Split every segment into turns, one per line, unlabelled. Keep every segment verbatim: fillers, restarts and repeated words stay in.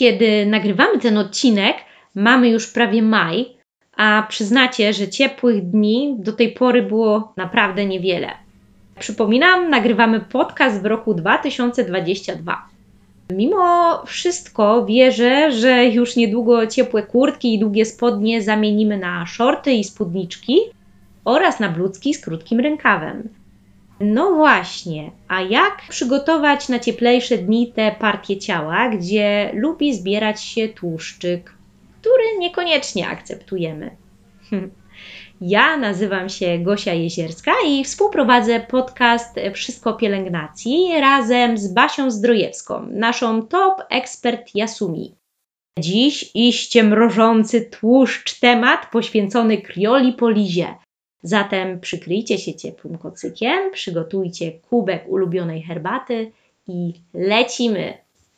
Kiedy nagrywamy ten odcinek, mamy już prawie maj, a przyznacie, że ciepłych dni do tej pory było naprawdę niewiele. Przypominam, nagrywamy podcast w roku dwa tysiące dwudziestym drugim. Mimo wszystko wierzę, że już niedługo ciepłe kurtki i długie spodnie zamienimy na shorty i spódniczki oraz na bluzki z krótkim rękawem. No właśnie, a jak przygotować na cieplejsze dni te partie ciała, gdzie lubi zbierać się tłuszczyk, który niekoniecznie akceptujemy? Ja nazywam się Gosia Jezierska i współprowadzę podcast Wszystko o pielęgnacji razem z Basią Zdrojewską, naszą top ekspert Yasumi. Dziś iście mrożący tłuszcz temat poświęcony kriolipolizie. Zatem przykryjcie się ciepłym kocykiem, przygotujcie kubek ulubionej herbaty i lecimy!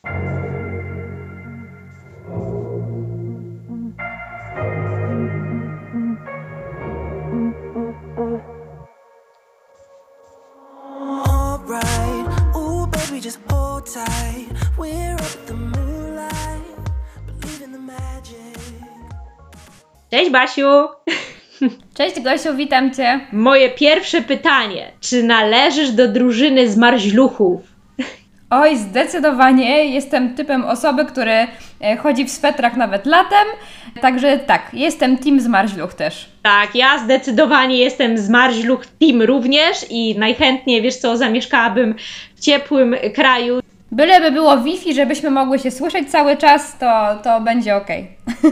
Cześć Basiu!
Cześć Gosiu, witam Cię.
Moje pierwsze pytanie. Czy należysz do drużyny zmarzluchów?
Oj, zdecydowanie. Jestem typem osoby, który chodzi w swetrach nawet latem. Także tak, jestem team zmarzluch też.
Tak, ja zdecydowanie jestem zmarzluch team również i najchętniej, wiesz co, zamieszkałabym w ciepłym kraju.
Byleby było Wi-Fi, żebyśmy mogły się słyszeć cały czas, to, to będzie okej.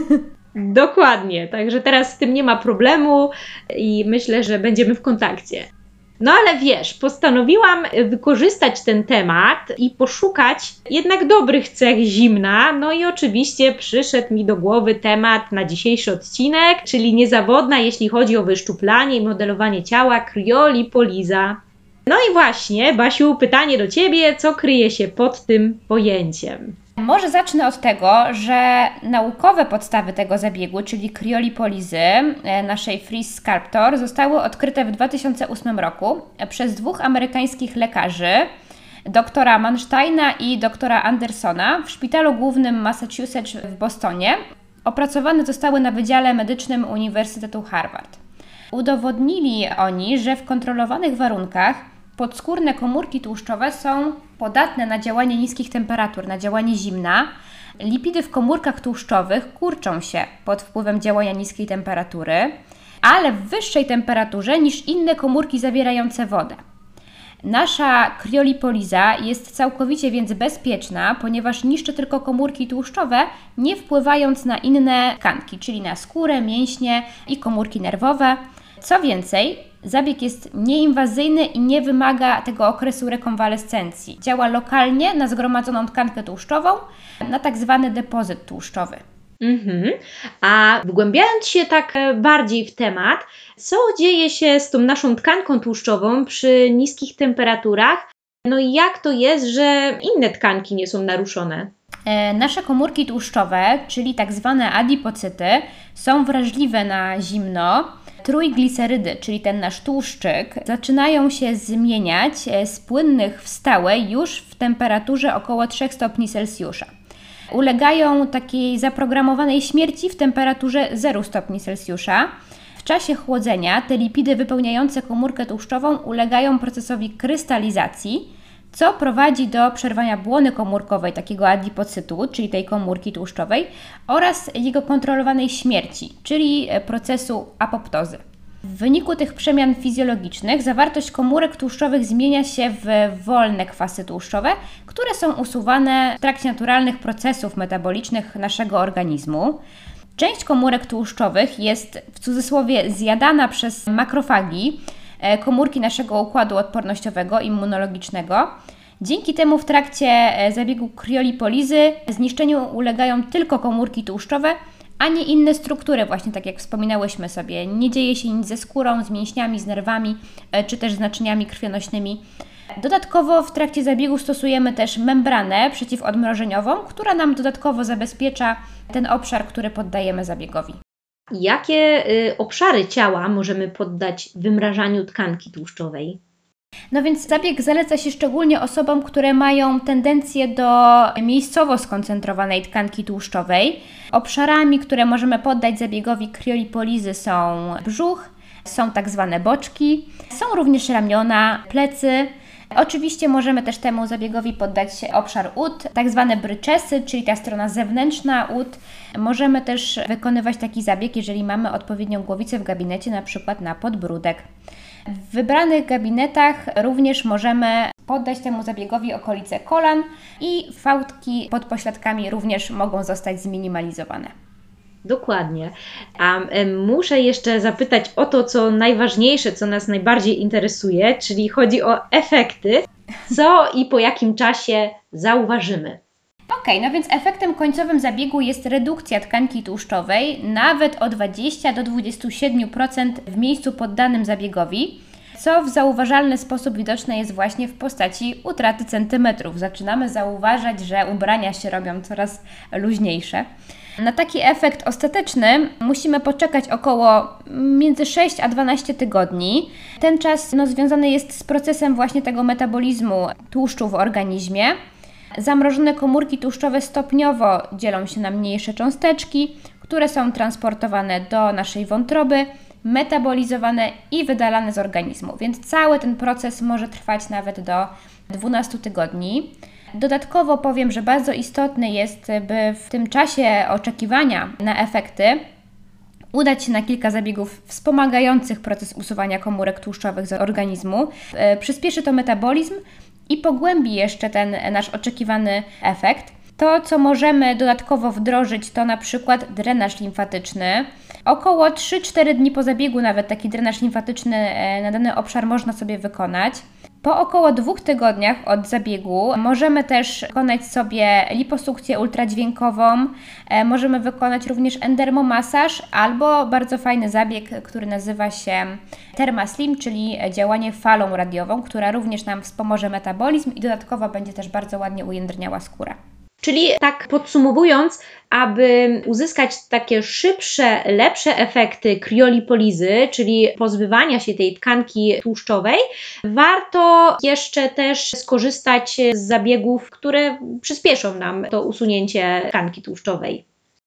Dokładnie, także teraz z tym nie ma problemu i myślę, że będziemy w kontakcie. No ale wiesz, postanowiłam wykorzystać ten temat i poszukać jednak dobrych cech zimna, no i oczywiście przyszedł mi do głowy temat na dzisiejszy odcinek, czyli niezawodna, jeśli chodzi o wyszczuplanie i modelowanie ciała, kriolipoliza. No i właśnie, Basiu, pytanie do Ciebie, co kryje się pod tym pojęciem?
Może zacznę od tego, że naukowe podstawy tego zabiegu, czyli kriolipolizy naszej Freeze Sculptor, zostały odkryte w dwa tysiące ósmym roku przez dwóch amerykańskich lekarzy, doktora Mansteina i doktora Andersona w Szpitalu Głównym Massachusetts w Bostonie. Opracowane zostały na Wydziale Medycznym Uniwersytetu Harvard. Udowodnili oni, że w kontrolowanych warunkach podskórne komórki tłuszczowe są podatne na działanie niskich temperatur, na działanie zimna. Lipidy w komórkach tłuszczowych kurczą się pod wpływem działania niskiej temperatury, ale w wyższej temperaturze niż inne komórki zawierające wodę. Nasza kriolipoliza jest całkowicie więc bezpieczna, ponieważ niszczy tylko komórki tłuszczowe, nie wpływając na inne tkanki, czyli na skórę, mięśnie i komórki nerwowe. Co więcej, zabieg jest nieinwazyjny i nie wymaga tego okresu rekonwalescencji. Działa lokalnie na zgromadzoną tkankę tłuszczową, na tak zwany depozyt tłuszczowy.
Mhm. A wgłębiając się tak bardziej w temat, co dzieje się z tą naszą tkanką tłuszczową przy niskich temperaturach? No i jak to jest, że inne tkanki nie są naruszone?
E, nasze komórki tłuszczowe, czyli tak zwane adipocyty, są wrażliwe na zimno. Trójglicerydy, czyli ten nasz tłuszczyk, zaczynają się zmieniać z płynnych w stałe już w temperaturze około trzech stopni Celsjusza. Ulegają takiej zaprogramowanej śmierci w temperaturze zero stopni Celsjusza. W czasie chłodzenia te lipidy wypełniające komórkę tłuszczową ulegają procesowi krystalizacji, co prowadzi do przerwania błony komórkowej takiego adipocytu, czyli tej komórki tłuszczowej, oraz jego kontrolowanej śmierci, czyli procesu apoptozy. W wyniku tych przemian fizjologicznych zawartość komórek tłuszczowych zmienia się w wolne kwasy tłuszczowe, które są usuwane w trakcie naturalnych procesów metabolicznych naszego organizmu. Część komórek tłuszczowych jest w cudzysłowie zjadana przez makrofagi, komórki naszego układu odpornościowego, immunologicznego. Dzięki temu w trakcie zabiegu kriolipolizy zniszczeniu ulegają tylko komórki tłuszczowe, a nie inne struktury, właśnie tak jak wspominałyśmy sobie. Nie dzieje się nic ze skórą, z mięśniami, z nerwami, czy też z naczyniami krwionośnymi. Dodatkowo w trakcie zabiegu stosujemy też membranę przeciwodmrożeniową, która nam dodatkowo zabezpiecza ten obszar, który poddajemy zabiegowi.
Jakie y, obszary ciała możemy poddać wymrażaniu tkanki tłuszczowej?
No więc zabieg zaleca się szczególnie osobom, które mają tendencję do miejscowo skoncentrowanej tkanki tłuszczowej. Obszarami, które możemy poddać zabiegowi kriolipolizy są brzuch, są tak zwane boczki, są również ramiona, plecy. Oczywiście możemy też temu zabiegowi poddać obszar ud, tak zwane bryczesy, czyli ta strona zewnętrzna ud. Możemy też wykonywać taki zabieg, jeżeli mamy odpowiednią głowicę w gabinecie, na przykład na podbródek. W wybranych gabinetach również możemy poddać temu zabiegowi okolice kolan i fałdki pod pośladkami również mogą zostać zminimalizowane.
Dokładnie. A muszę jeszcze zapytać o to, co najważniejsze, co nas najbardziej interesuje, czyli chodzi o efekty. Co i po jakim czasie zauważymy?
Ok, no więc efektem końcowym zabiegu jest redukcja tkanki tłuszczowej nawet o dwadzieścia do dwudziestu siedmiu procent w miejscu poddanym zabiegowi, co w zauważalny sposób widoczne jest właśnie w postaci utraty centymetrów. Zaczynamy zauważać, że ubrania się robią coraz luźniejsze. Na taki efekt ostateczny musimy poczekać około między sześć a dwanaście tygodni. Ten czas no, związany jest z procesem właśnie tego metabolizmu tłuszczu w organizmie. Zamrożone komórki tłuszczowe stopniowo dzielą się na mniejsze cząsteczki, które są transportowane do naszej wątroby, metabolizowane i wydalane z organizmu, więc cały ten proces może trwać nawet do dwunastu tygodni. Dodatkowo powiem, że bardzo istotne jest, by w tym czasie oczekiwania na efekty udać się na kilka zabiegów wspomagających proces usuwania komórek tłuszczowych z organizmu. Przyspieszy to metabolizm i pogłębi jeszcze ten nasz oczekiwany efekt. To, co możemy dodatkowo wdrożyć, to na przykład drenaż limfatyczny. Około trzy cztery dni po zabiegu nawet taki drenaż limfatyczny na dany obszar można sobie wykonać. Po około dwóch tygodniach od zabiegu możemy też wykonać sobie liposukcję ultradźwiękową, możemy wykonać również endermomasaż albo bardzo fajny zabieg, który nazywa się Thermaslim, czyli działanie falą radiową, która również nam wspomoże metabolizm i dodatkowo będzie też bardzo ładnie ujędrniała skórę.
Czyli tak podsumowując, aby uzyskać takie szybsze, lepsze efekty kriolipolizy, czyli pozbywania się tej tkanki tłuszczowej, warto jeszcze też skorzystać z zabiegów, które przyspieszą nam to usunięcie tkanki tłuszczowej.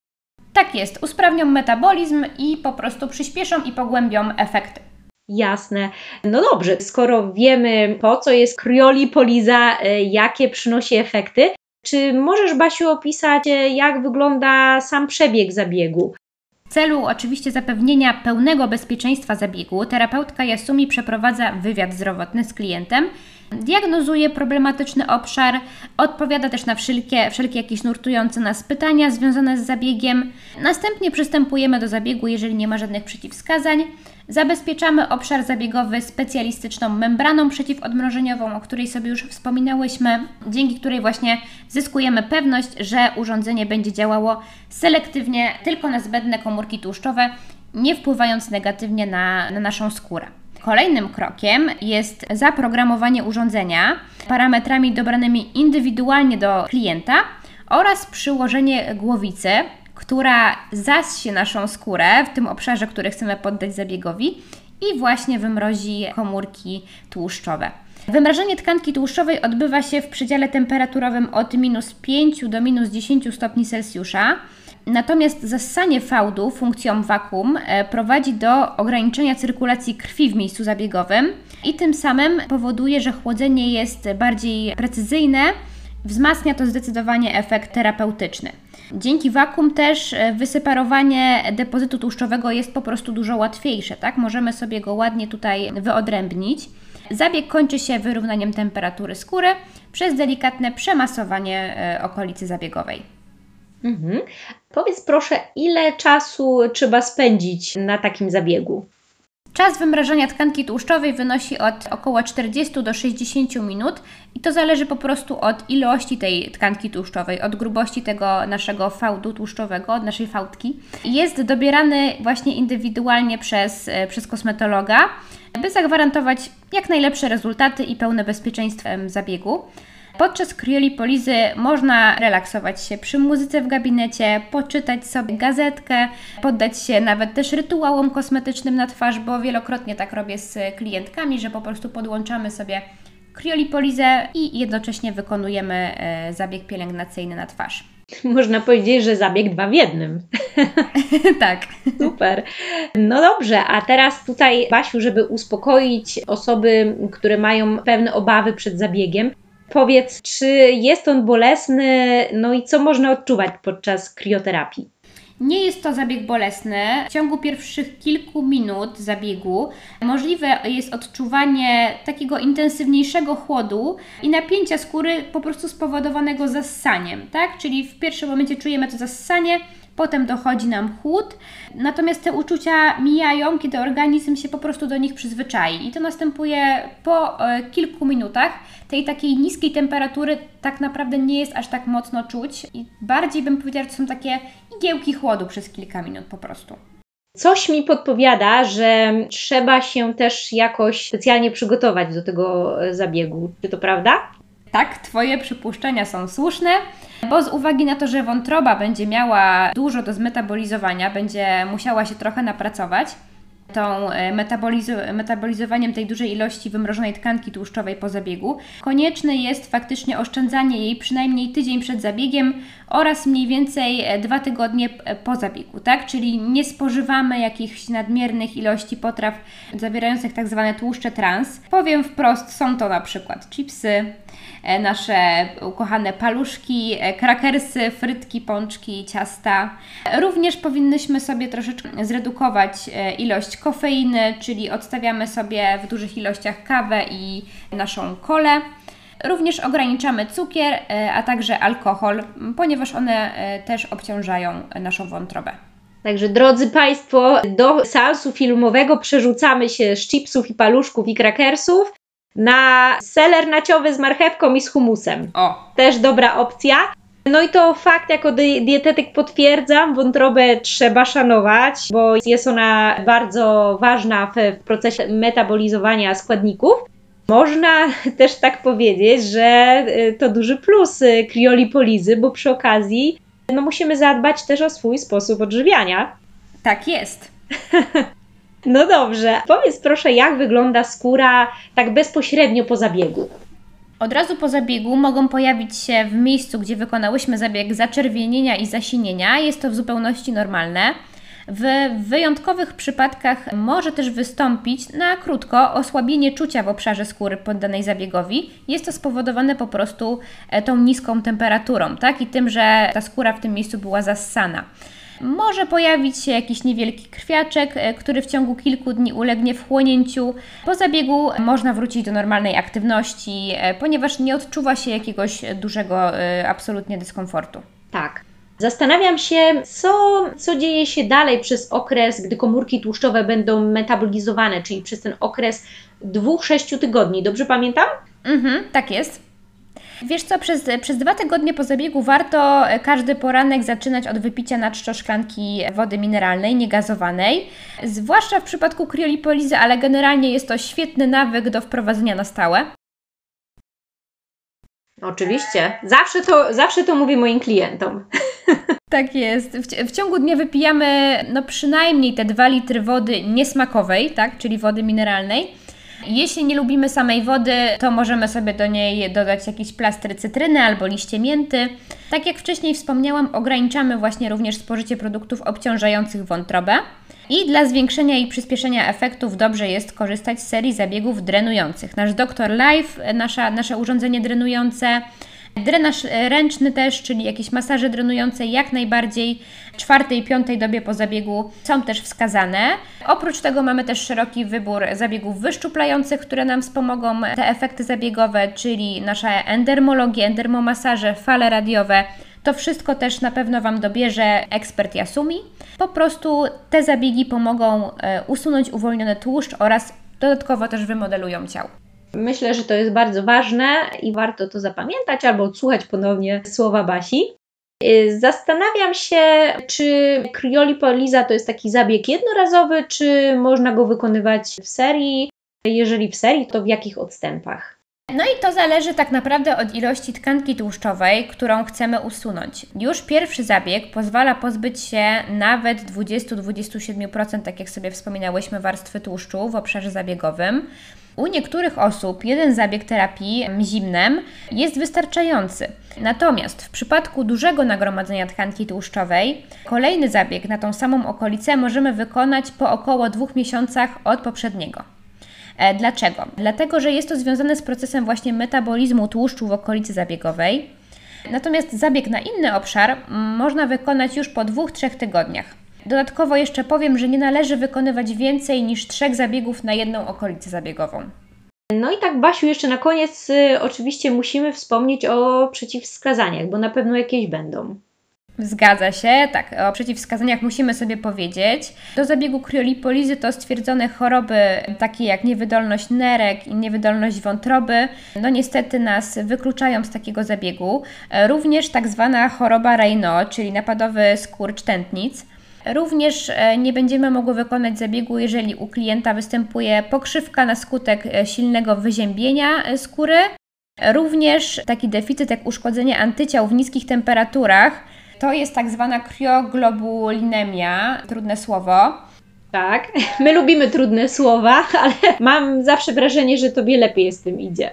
Tak jest, usprawnią metabolizm i po prostu przyspieszą i pogłębią efekty.
Jasne. No dobrze, skoro wiemy, po co jest kriolipoliza, jakie przynosi efekty, czy możesz, Basiu, opisać, jak wygląda sam przebieg zabiegu?
W celu oczywiście zapewnienia pełnego bezpieczeństwa zabiegu, terapeutka Yasumi przeprowadza wywiad zdrowotny z klientem, diagnozuje problematyczny obszar, odpowiada też na wszelkie, wszelkie jakieś nurtujące nas pytania związane z zabiegiem. Następnie przystępujemy do zabiegu, jeżeli nie ma żadnych przeciwwskazań. Zabezpieczamy obszar zabiegowy specjalistyczną membraną przeciwodmrożeniową, o której sobie już wspominałyśmy, dzięki której właśnie zyskujemy pewność, że urządzenie będzie działało selektywnie tylko na zbędne komórki tłuszczowe, nie wpływając negatywnie na, na naszą skórę. Kolejnym krokiem jest zaprogramowanie urządzenia parametrami dobranymi indywidualnie do klienta oraz przyłożenie głowicy, która zasie naszą skórę w tym obszarze, który chcemy poddać zabiegowi i właśnie wymrozi komórki tłuszczowe. Wymrażanie tkanki tłuszczowej odbywa się w przedziale temperaturowym od minus pięciu do minus dziesięciu stopni Celsjusza. Natomiast zassanie fałdu funkcją wakuum prowadzi do ograniczenia cyrkulacji krwi w miejscu zabiegowym i tym samym powoduje, że chłodzenie jest bardziej precyzyjne, wzmacnia to zdecydowanie efekt terapeutyczny. Dzięki wakuum też wyseparowanie depozytu tłuszczowego jest po prostu dużo łatwiejsze, tak? Możemy sobie go ładnie tutaj wyodrębnić. Zabieg kończy się wyrównaniem temperatury skóry przez delikatne przemasowanie okolicy zabiegowej.
Mhm. Powiedz proszę, ile czasu trzeba spędzić na takim zabiegu?
Czas wymrażania tkanki tłuszczowej wynosi od około czterdziestu do sześćdziesięciu minut i to zależy po prostu od ilości tej tkanki tłuszczowej, od grubości tego naszego fałdu tłuszczowego, od naszej fałdki. Jest dobierany właśnie indywidualnie przez, przez kosmetologa, by zagwarantować jak najlepsze rezultaty i pełne bezpieczeństwo zabiegu. Podczas kriolipolizy można relaksować się przy muzyce w gabinecie, poczytać sobie gazetkę, poddać się nawet też rytuałom kosmetycznym na twarz, bo wielokrotnie tak robię z klientkami, że po prostu podłączamy sobie kriolipolizę i jednocześnie wykonujemy zabieg pielęgnacyjny na twarz.
Można powiedzieć, że zabieg dwa w jednym.
Tak.
Super. No dobrze, a teraz tutaj, Basiu, żeby uspokoić osoby, które mają pewne obawy przed zabiegiem, powiedz, czy jest on bolesny, no i co można odczuwać podczas krioterapii?
Nie jest to zabieg bolesny. W ciągu pierwszych kilku minut zabiegu możliwe jest odczuwanie takiego intensywniejszego chłodu i napięcia skóry po prostu spowodowanego zassaniem, tak? Czyli w pierwszym momencie czujemy to zassanie, potem dochodzi nam chłód, natomiast te uczucia mijają, kiedy organizm się po prostu do nich przyzwyczai i to następuje po e, kilku minutach. Tej takiej niskiej temperatury tak naprawdę nie jest aż tak mocno czuć i bardziej bym powiedziała, że to są takie igiełki chłodu przez kilka minut po prostu.
Coś mi podpowiada, że trzeba się też jakoś specjalnie przygotować do tego zabiegu. Czy to prawda?
Tak, Twoje przypuszczenia są słuszne, bo z uwagi na to, że wątroba będzie miała dużo do zmetabolizowania, będzie musiała się trochę napracować, tą metaboliz- metabolizowaniem tej dużej ilości wymrożonej tkanki tłuszczowej po zabiegu, konieczne jest faktycznie oszczędzanie jej przynajmniej tydzień przed zabiegiem oraz mniej więcej dwa tygodnie po zabiegu, tak? Czyli nie spożywamy jakichś nadmiernych ilości potraw zawierających tak zwane tłuszcze trans. Powiem wprost, są to na przykład chipsy, nasze ukochane paluszki, krakersy, frytki, pączki, ciasta. Również powinnyśmy sobie troszeczkę zredukować ilość kofeiny, czyli odstawiamy sobie w dużych ilościach kawę i naszą kolę. Również ograniczamy cukier, a także alkohol, ponieważ one też obciążają naszą wątrobę.
Także drodzy Państwo, do seansu filmowego przerzucamy się z chipsów i paluszków i krakersów na seler naciowy z marchewką i z humusem.
O!
Też dobra opcja. No i to fakt, jako dietetyk potwierdzam, wątrobę trzeba szanować, bo jest ona bardzo ważna w, w procesie metabolizowania składników. Można też tak powiedzieć, że to duży plus kriolipolizy, bo przy okazji no musimy zadbać też o swój sposób odżywiania.
Tak jest.
No dobrze, powiedz proszę, jak wygląda skóra tak bezpośrednio po zabiegu?
Od razu po zabiegu mogą pojawić się w miejscu, gdzie wykonałyśmy zabieg, zaczerwienienia i zasinienia. Jest to w zupełności normalne. W wyjątkowych przypadkach może też wystąpić na krótko osłabienie czucia w obszarze skóry poddanej zabiegowi. Jest to spowodowane po prostu tą niską temperaturą, tak? I tym, że ta skóra w tym miejscu była zassana. Może pojawić się jakiś niewielki krwiaczek, który w ciągu kilku dni ulegnie wchłonięciu. Po zabiegu można wrócić do normalnej aktywności, ponieważ nie odczuwa się jakiegoś dużego absolutnie dyskomfortu.
Tak. Zastanawiam się, co, co dzieje się dalej przez okres, gdy komórki tłuszczowe będą metabolizowane, czyli przez ten okres dwóch do sześciu tygodni. Dobrze pamiętam?
Mhm, tak jest. Wiesz co, przez, przez dwa tygodnie po zabiegu warto każdy poranek zaczynać od wypicia na trzy szklanki wody mineralnej, niegazowanej, zwłaszcza w przypadku kriolipolizy, ale generalnie jest to świetny nawyk do wprowadzenia na stałe.
Oczywiście, zawsze to, zawsze to mówię moim klientom.
Tak jest. W, w ciągu dnia wypijamy no przynajmniej te dwa litry wody niesmakowej, tak, czyli wody mineralnej. Jeśli nie lubimy samej wody, to możemy sobie do niej dodać jakiś plastry cytryny albo liście mięty. Tak jak wcześniej wspomniałam, ograniczamy właśnie również spożycie produktów obciążających wątrobę. I dla zwiększenia i przyspieszenia efektów dobrze jest korzystać z serii zabiegów drenujących. Nasz Doktor Life, nasza, nasze urządzenie drenujące, drenaż ręczny też, czyli jakieś masaże drenujące, jak najbardziej w czwartej, piątej dobie po zabiegu są też wskazane. Oprócz tego mamy też szeroki wybór zabiegów wyszczuplających, które nam wspomogą te efekty zabiegowe, czyli nasza endermologia, endermomasaże, fale radiowe. To wszystko też na pewno Wam dobierze ekspert Yasumi. Po prostu te zabiegi pomogą usunąć uwolniony tłuszcz oraz dodatkowo też wymodelują ciało.
Myślę, że to jest bardzo ważne i warto to zapamiętać albo odsłuchać ponownie słowa Basi. Zastanawiam się, czy kriolipoliza to jest taki zabieg jednorazowy, czy można go wykonywać w serii? Jeżeli w serii, to w jakich odstępach?
No i to zależy tak naprawdę od ilości tkanki tłuszczowej, którą chcemy usunąć. Już pierwszy zabieg pozwala pozbyć się nawet dwadzieścia do dwudziestu siedmiu procent, tak jak sobie wspominałyśmy, warstwy tłuszczu w obszarze zabiegowym. U niektórych osób jeden zabieg terapii zimnem jest wystarczający. Natomiast w przypadku dużego nagromadzenia tkanki tłuszczowej kolejny zabieg na tą samą okolicę możemy wykonać po około dwóch miesiącach od poprzedniego. Dlaczego? Dlatego, że jest to związane z procesem właśnie metabolizmu tłuszczu w okolicy zabiegowej. Natomiast zabieg na inny obszar można wykonać już po dwóch do trzech tygodniach. Dodatkowo jeszcze powiem, że nie należy wykonywać więcej niż trzech zabiegów na jedną okolicę zabiegową.
No i tak, Basiu, jeszcze na koniec y, oczywiście musimy wspomnieć o przeciwwskazaniach, bo na pewno jakieś będą.
Zgadza się, tak, o przeciwwskazaniach musimy sobie powiedzieć. Do zabiegu kriolipolizy to stwierdzone choroby takie jak niewydolność nerek i niewydolność wątroby, no niestety nas wykluczają z takiego zabiegu. Również tak zwana choroba Raynaud, czyli napadowy skurcz tętnic. Również nie będziemy mogły wykonać zabiegu, jeżeli u klienta występuje pokrzywka na skutek silnego wyziębienia skóry. Również taki deficyt jak uszkodzenie antyciał w niskich temperaturach. To jest tak zwana krioglobulinemia, trudne słowo.
Tak, my lubimy trudne słowa, ale mam zawsze wrażenie, że Tobie lepiej z tym idzie.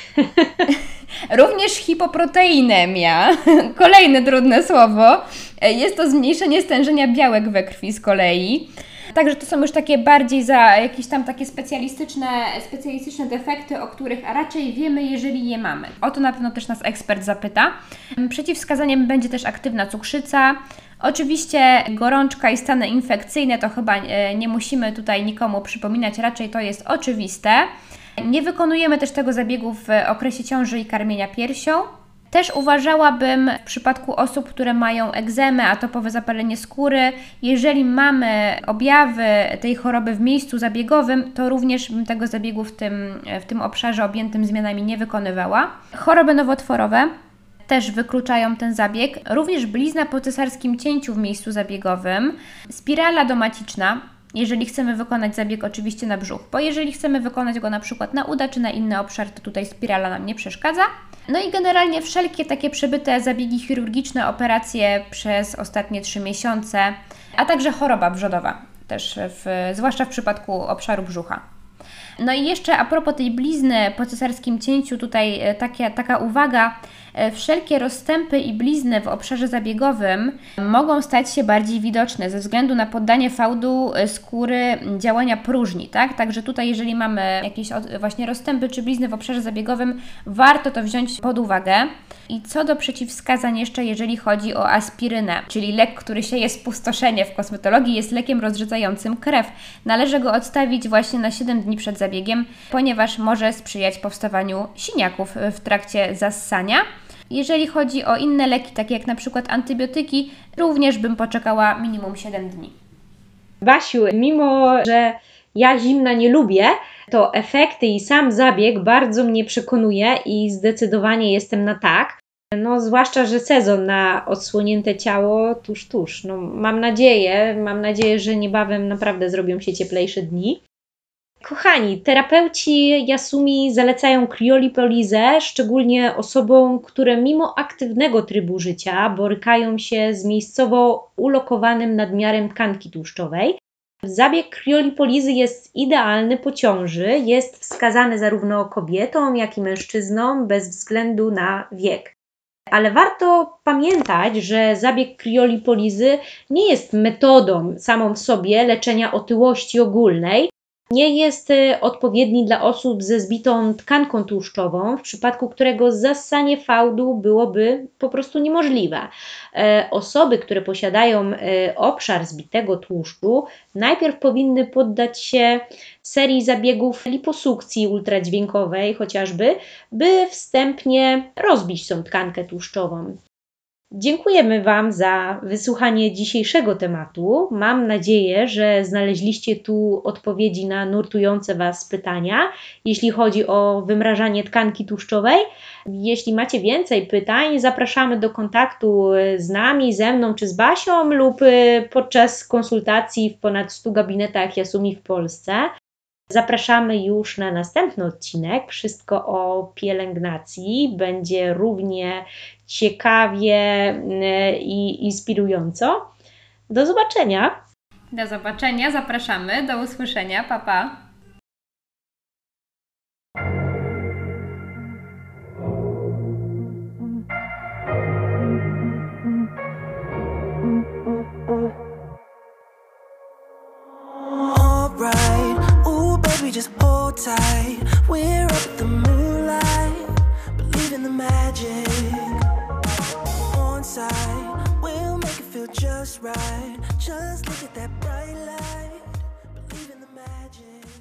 Również hipoproteinemia, kolejne trudne słowo. Jest to zmniejszenie stężenia białek we krwi z kolei. Także to są już takie bardziej za jakieś tam takie specjalistyczne, specjalistyczne defekty, o których raczej wiemy, jeżeli je mamy. O to na pewno też nas ekspert zapyta. Przeciwwskazaniem będzie też aktywna cukrzyca. Oczywiście gorączka i stany infekcyjne to chyba nie musimy tutaj nikomu przypominać, raczej to jest oczywiste. Nie wykonujemy też tego zabiegu w okresie ciąży i karmienia piersią. Też uważałabym w przypadku osób, które mają egzemę, atopowe zapalenie skóry, jeżeli mamy objawy tej choroby w miejscu zabiegowym, to również bym tego zabiegu w tym, w tym obszarze objętym zmianami nie wykonywała. Choroby nowotworowe też wykluczają ten zabieg. Również blizna po cesarskim cięciu w miejscu zabiegowym, spirala domaciczna, jeżeli chcemy wykonać zabieg oczywiście na brzuch, bo jeżeli chcemy wykonać go na przykład na uda czy na inny obszar, to tutaj spirala nam nie przeszkadza. No i generalnie wszelkie takie przebyte zabiegi chirurgiczne, operacje przez ostatnie trzy miesiące, a także choroba brzodowa, też w, zwłaszcza w przypadku obszaru brzucha. No i jeszcze a propos tej blizny po cesarskim cięciu, tutaj taka, taka uwaga, wszelkie rozstępy i blizny w obszarze zabiegowym mogą stać się bardziej widoczne ze względu na poddanie fałdu skóry działania próżni, tak? Także tutaj jeżeli mamy jakieś właśnie rozstępy czy blizny w obszarze zabiegowym, warto to wziąć pod uwagę. I co do przeciwwskazań jeszcze, jeżeli chodzi o aspirynę, czyli lek, który sieje spustoszenie w kosmetologii, jest lekiem rozrzedzającym krew. Należy go odstawić właśnie na siedem dni przed zabiegiem, ponieważ może sprzyjać powstawaniu siniaków w trakcie zassania. Jeżeli chodzi o inne leki, takie jak na przykład antybiotyki, również bym poczekała minimum siedem dni.
Basiu, mimo że ja zimna nie lubię, to efekty i sam zabieg bardzo mnie przekonuje i zdecydowanie jestem na tak. No zwłaszcza, że sezon na odsłonięte ciało tuż, tuż. No, mam nadzieję, mam nadzieję, że niebawem naprawdę zrobią się cieplejsze dni. Kochani, terapeuci Yasumi zalecają kriolipolizę, szczególnie osobom, które mimo aktywnego trybu życia borykają się z miejscowo ulokowanym nadmiarem tkanki tłuszczowej. Zabieg kriolipolizy jest idealny po ciąży, jest wskazany zarówno kobietom, jak i mężczyznom bez względu na wiek. Ale warto pamiętać, że zabieg kriolipolizy nie jest metodą samą w sobie leczenia otyłości ogólnej. Nie jest odpowiedni dla osób ze zbitą tkanką tłuszczową, w przypadku którego zassanie fałdu byłoby po prostu niemożliwe. Osoby, które posiadają obszar zbitego tłuszczu, najpierw powinny poddać się serii zabiegów liposukcji ultradźwiękowej chociażby, by wstępnie rozbić tą tkankę tłuszczową. Dziękujemy Wam za wysłuchanie dzisiejszego tematu. Mam nadzieję, że znaleźliście tu odpowiedzi na nurtujące Was pytania, jeśli chodzi o wymrażanie tkanki tłuszczowej. Jeśli macie więcej pytań, zapraszamy do kontaktu z nami, ze mną czy z Basią lub podczas konsultacji w ponad stu gabinetach Yasumi w Polsce. Zapraszamy już na następny odcinek. Wszystko o pielęgnacji. Będzie równie ciekawie i inspirująco. Do zobaczenia.
Do zobaczenia, zapraszamy, do usłyszenia, pa pa.
Just hold tight, we're up at the moonlight, believe in the magic. On side, we'll make it feel just right. Just look at that bright light, believe in the magic.